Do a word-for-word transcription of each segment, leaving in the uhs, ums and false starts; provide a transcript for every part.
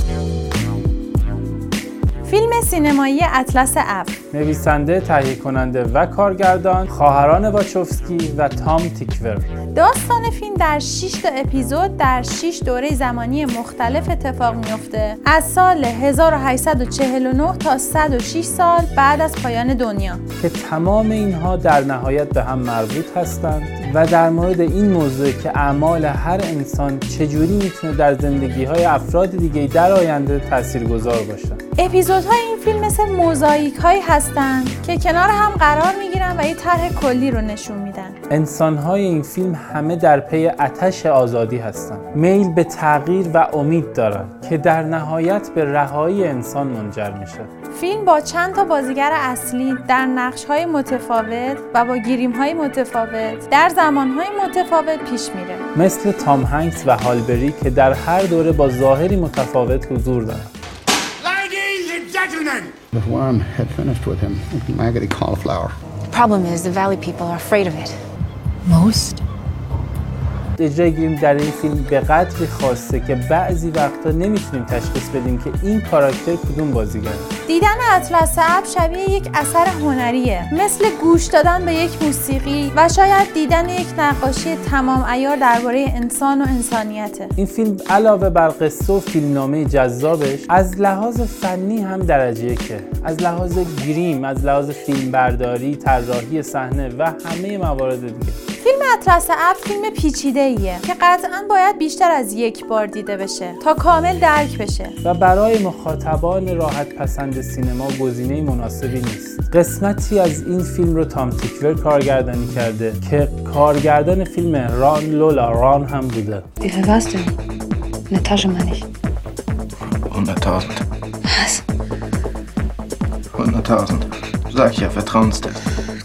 فیلم سینمایی اطلس ابر، نویسنده، تهیه کننده و کارگردان خواهران واچوفسکی و تام تیکور. داستان فیلم در شش تا اپیزود در شش دوره زمانی مختلف اتفاق میفته، از سال هزار و هشتصد و چهل و نه تا صد و شش سال بعد از پایان دنیا، که تمام اینها در نهایت به هم مربوط هستند و در مورد این موضوع که اعمال هر انسان چجوری میتونه در زندگی‌های افراد دیگه در آینده تاثیرگذار باشه. اپیزودهای این فیلم مثل موزاییک هایی هستند که کنار هم قرار میگیرن و یه طرح کلی رو نشون میدن. انسان‌های این فیلم همه در پی آتش آزادی هستند. میل به تغییر و امید دارن که در نهایت به رهایی انسان منجر میشه. فیلم با چند تا بازیگر اصلی در نقش‌های متفاوت و با گریم‌های متفاوت در زمان‌های متفاوت پیش میره. مثل تام هنگس و هال بری که در هر دوره با ظاهری متفاوت حضور دارن. If Worm had finished with him, maggoty cauliflower. The problem is the Valley people are afraid of it. Most? اجرای گریم در این فیلم به قدری خاصه که بعضی وقتا نمیتونیم تشخیص بدیم که این کاراکتر کدوم بازیگره. دیدن اطلس ابر شبیه یک اثر هنریه، مثل گوش دادن به یک موسیقی و شاید دیدن یک نقاشی تمام عیار درباره انسان و انسانیته. این فیلم علاوه بر قصه و فیلمنامه جذابش از لحاظ فنی هم درجه یکه، از لحاظ گریم، از لحاظ فیلمبرداری، طراحی صحنه و همه موارد دیگه. فیلم اطلس ابر فیلم پیچیده‌ایه که قطعاً باید بیشتر از یک بار دیده بشه تا کامل درک بشه و برای مخاطبان راحت پسند سینما گزینه مناسبی نیست. قسمتی از این فیلم رو تام تیکور کارگردانی کرده که کارگردان فیلم ران لولا ران هم بوده. Wie viel war's denn? Eine Tasche meine ich. hunderttausend. Was? hunderttausend. Sag ich ja, vertrauensvoll.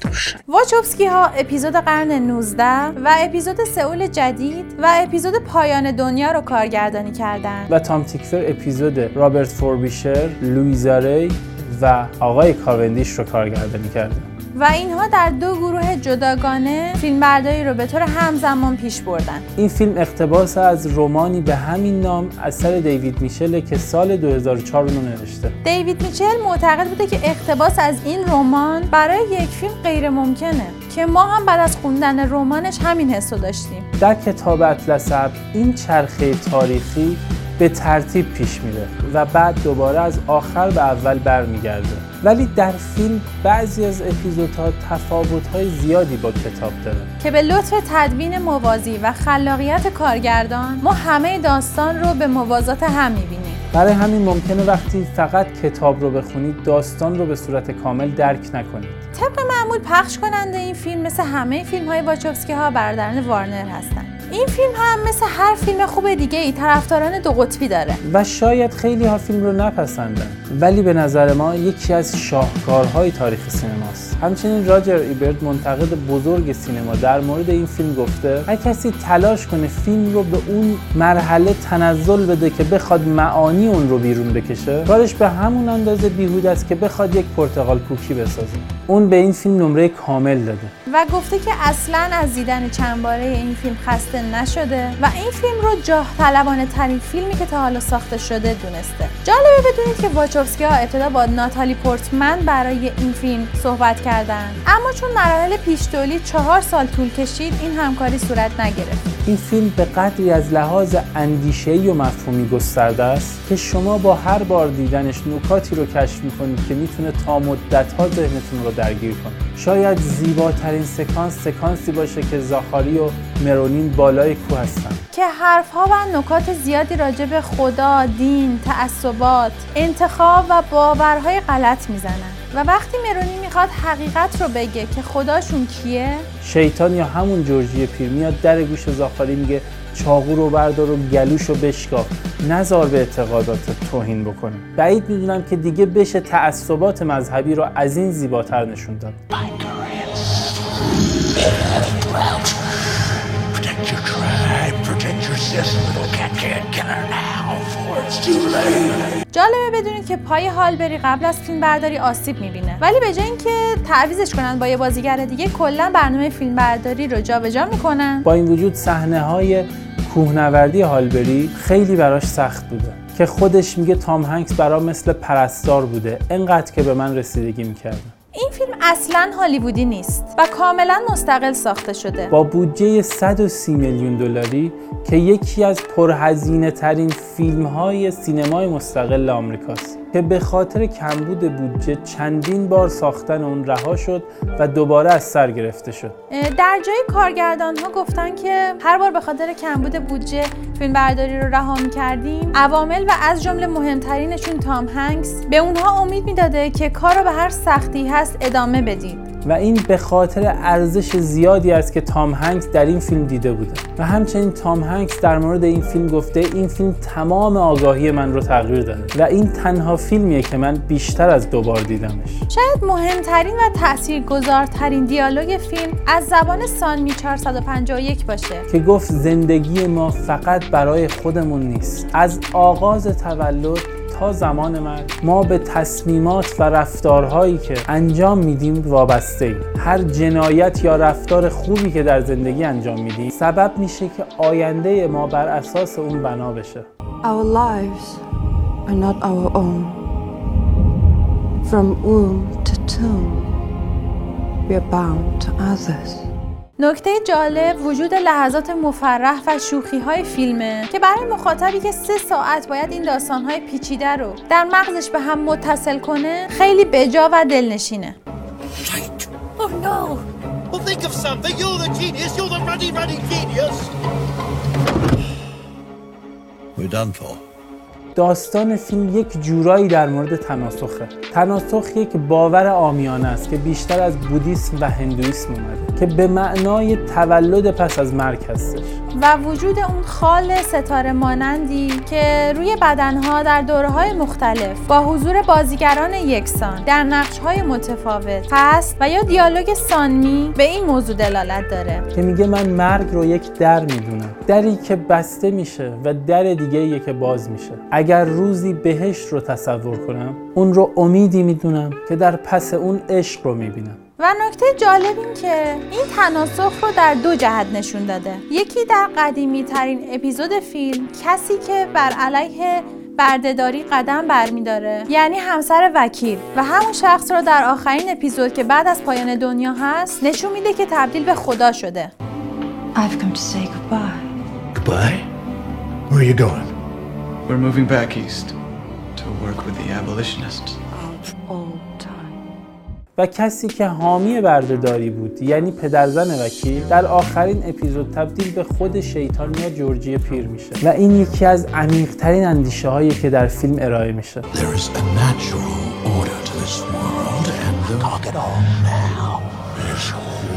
واچوفسکی ها اپیزود قرن نوزده و اپیزود سئول جدید و اپیزود پایان دنیا رو کارگردانی کردن و تام تیکور اپیزود رابرت فوربیشر، لویزا ری و آقای کاوندیش رو کارگردانی کردن و اینها در دو گروه جداگانه فیلمبرداری رو به طور همزمان پیش بردن. این فیلم اقتباس از رمانی به همین نام اثر دیوید میچل که سال دو هزار و چهار رو نوشته. دیوید میچل معتقد بوده که اقتباس از این رمان برای یک فیلم غیر ممکنه که ما هم بعد از خوندن رمانش همین حسو داشتیم. در کتاب اطلس ابر این چرخه تاریخی به ترتیب پیش میره و بعد دوباره از آخر به اول برمیگرده، ولی در فیلم بعضی از اپیزودها تفاوت‌های زیادی با کتاب داره که به لطف تدوین موازی و خلاقیت کارگردان ما همه داستان رو به موازات هم می‌بینیم. برای همین ممکنه وقتی فقط کتاب رو بخونید داستان رو به صورت کامل درک نکنید. طبق معمول پخش کننده این فیلم مثل همه فیلم‌های واچوفسکی ها برادران وارنر هستن. این فیلم هم مثل هر فیلم خوب دیگه ای طرفداران دو قطبی داره و شاید خیلی ها فیلم رو نپسندن، ولی به نظر ما یکی از شاهکارهای تاریخ سینماست. همچنین راجر ایبرت منتقد بزرگ سینما در مورد این فیلم گفته هر کسی تلاش کنه فیلم رو به اون مرحله تنزل بده که بخواد معانی اون رو بیرون بکشه، کارش به همون اندازه بیهوده است که بخواد یک پرتقال کوکی بسازه. اون به این فیلم نمره کامل داده و گفته که اصلاً از دیدن چند باره این فیلم خسته نشده و این فیلم رو جاه طلبانه ترین فیلمی که تا حالا ساخته شده دونسته. جالبه بدونید که واچوفسکی ها ابتدا با ناتالی پورتمن برای این فیلم صحبت کردن، اما چون مراحل پیش تولید چهار سال طول کشید این همکاری صورت نگرفت. این فیلم به قدری از لحاظ اندیشه‌ای و مفهومی گسترده است که شما با هر بار دیدنش نکاتی رو کشف می‌کنید که میتونه تا مدت‌ها ذهنتون رو درگیر کنه. شاید زیباترین سکانس سکانسی باشه که زاخاری و مرونین بالای کوه هستن که حرف‌ها و نکات زیادی راجع به خدا، دین، تعصبات، انتخاب و باورهای غلط میزنن و وقتی مرونی میخواد حقیقت رو بگه که خداشون کیه، شیطان یا همون جورجی پیر میاد در گوش زاخاری میگه چاقو رو بردار و گلوشو بشکاف، نذار به اعتقادات توهین بکنه. بعید میدونم که دیگه بشه تعصبات مذهبی رو از این زیباتر نشون داد. جالبه بدونید که پای هال بری قبل از فیلم برداری آسیب میبینه، ولی به جای اینکه تعویضش کنن با یه بازیگر دیگه کلا برنامه فیلم برداری رو جابجا میکنن. با این وجود صحنه های کوهنوردی هال بری خیلی براش سخت بوده که خودش میگه تام هنگس برام مثل پرستار بوده، اینقدر که به من رسیدگی میکرده. این فیلم اصلاً هالیوودی نیست و کاملاً مستقل ساخته شده. با بودجه صد و سی میلیون دلاری که یکی از پرهزینه ترین فیلم های سینمای مستقل آمریکاست که به خاطر کمبود بودجه چندین بار ساختن اون رها شد و دوباره از سر گرفته شد. در جای کارگردان ها گفتن که هر بار به خاطر کمبود بودجه فیلم برداری رو رها می‌کردیم، عوامل و از جمله مهمترینشون تام هنگس به اونها امید میداده که کار رو به هر سختی هست ادامه بدید. و این به خاطر ارزش زیادی است که تام هنگس در این فیلم دیده بوده. و همچنین تام هنگس در مورد این فیلم گفته این فیلم تمام آگاهی من رو تغییر داده و این تنها فیلمیه که من بیشتر از دو بار دیدمش. شاید مهمترین و تاثیرگذارترین دیالوگ فیلم از زبان سانمی چهارصد و پنجاه و یک باشه که گفت زندگی ما فقط برای خودمون نیست. از آغاز تولد تا زمان مرگ ما به تصمیمات و رفتارهایی که انجام میدیم وابسته ایم. هر جنایت یا رفتار خوبی که در زندگی انجام میدیم سبب میشه که آینده ما بر اساس اون بنا بشه. Our lives are not our own. From womb to tomb we are bound to others. نکته جالب وجود لحظات مفرح و شوخی های فیلمه که برای مخاطبی که سه ساعت باید این داستان های پیچیده رو در مغزش به هم متصل کنه خیلی بجا و دلنشینه. Oh no! Well, think of something. You're the genius. You're the running, running genius. We're done for. داستان فیلم یک جورایی در مورد تناسخه. تناسخ یک باور عامیانه است که بیشتر از بودیسم و هندویسم اومده که به معنای تولد پس از مرگ هستش و وجود اون خال ستاره مانندی که روی بدنها در دوره‌های مختلف با حضور بازیگران یکسان در نقش‌های متفاوت هست و یا دیالوگ سانمی به این موضوع دلالت داره که میگه من مرگ رو یک در میدونم، دری که بسته میشه و در دیگه‌ای که باز میشه. اگر روزی بهشت رو تصور کنم اون رو امیدی میدونم که در پس اون عشق رو میبینم. و نکته جالب این که این تناسخ رو در دو جهت نشون داده. یکی در قدیمی ترین اپیزود فیلم کسی که بر علیه بردهداری قدم برمیداره یعنی همسر وکیل و همون شخص رو در آخرین اپیزود که بعد از پایان دنیا هست نشون میده که تبدیل به خدا شده. I've come to say goodbye. Goodbye? Where are you going? We're moving back east to work with the abolitionists. Old time. و کسی که حامی بردهداری بود یعنی پدرزن وکیل در آخرین اپیزود تبدیل به خود شیطان یا جورجی پیر میشه و این یکی از عمیق‌ترین اندیشه هایی که در فیلم ارائه میشه. There is a natural order to this world and the talk it all now. This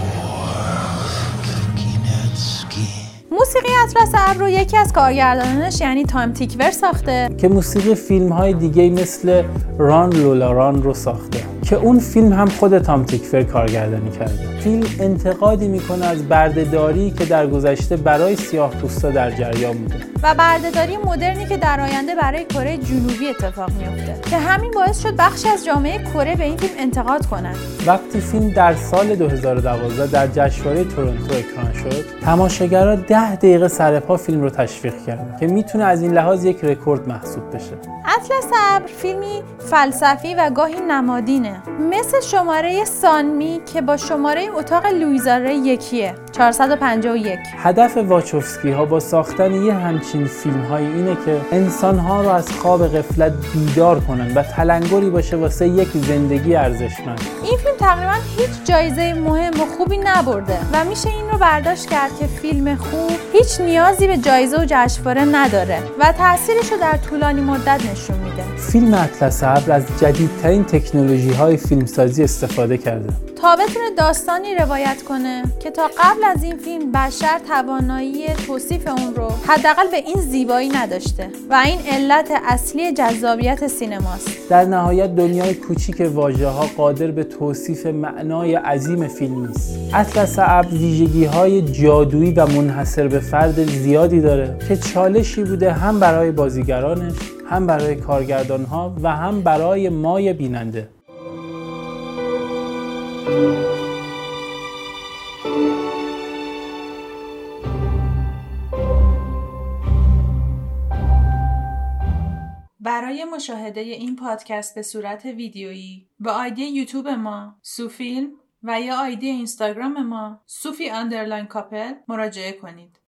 war kicking at skin. موسیقی اطلس ابر رو یکی از کارگردانانش یعنی تام تیکور ساخته که موسیقی فیلم های دیگه مثل ران لولا ران رو ساخته که اون فیلم هم خود تام تیکور کارگردانی کرده. فیلم انتقادی میکنه از بردهداری که در گذشته برای سیاه‌پوستا در جریان بوده و بردهداری مدرنی که در آینده برای کره جنوبی اتفاق میفته که همین باعث شد بخشی از جامعه کره به این فیلم انتقاد کنند. وقتی فیلم در سال دو هزار و دوازده در جشنواره تورنتو اکران شد تماشاگرها ده دقیقه سرپا فیلم رو تشویق کردن که میتونه از این لحاظ یک رکورد محسوب بشه. اطلس ابر فیلمی فلسفی و گاهی نمادینه مثل شماره سانمی که با شماره اتاق لویزا یکیه چهارصد و پنجاه و یک. هدف واچوفسکی ها با ساختن یه همچین فیلم های اینه که انسان ها رو از خواب غفلت بیدار کنن و تلنگری باشه واسه یک زندگی ارزشمند. این فیلم تقریبا هیچ جایزه مهم و خوبی نبرده و میشه این رو برداشت کرد که فیلم خوب هیچ نیازی به جایزه و جشنواره نداره و تاثیرش رو در طولانی مدت نشون میده. فیلم اطلس ابر از جدیدترین تکنولوژی های فیلمسازی استفاده کرده تا بتونه داستانی روایت کنه که تا قبل از این فیلم بشر توانایی توصیف اون رو حداقل به این زیبایی نداشته و این علت اصلی جذابیت سینماست. در نهایت دنیای کوچیک واژه‌ها قادر به توصیف معنای عظیم فیلم نیست. اطلس ابر ویژگی‌های جادویی و منحصر به فرد زیادی داره که چالشی بوده هم برای بازیگرانش، هم برای کارگردان‌ها و هم برای مای بیننده. برای مشاهده این پادکست به صورت ویدیویی با آیدی یوتیوب ما سوفیلم و یا آیدی اینستاگرام ما سوفی اندرلاین کاپل مراجعه کنید.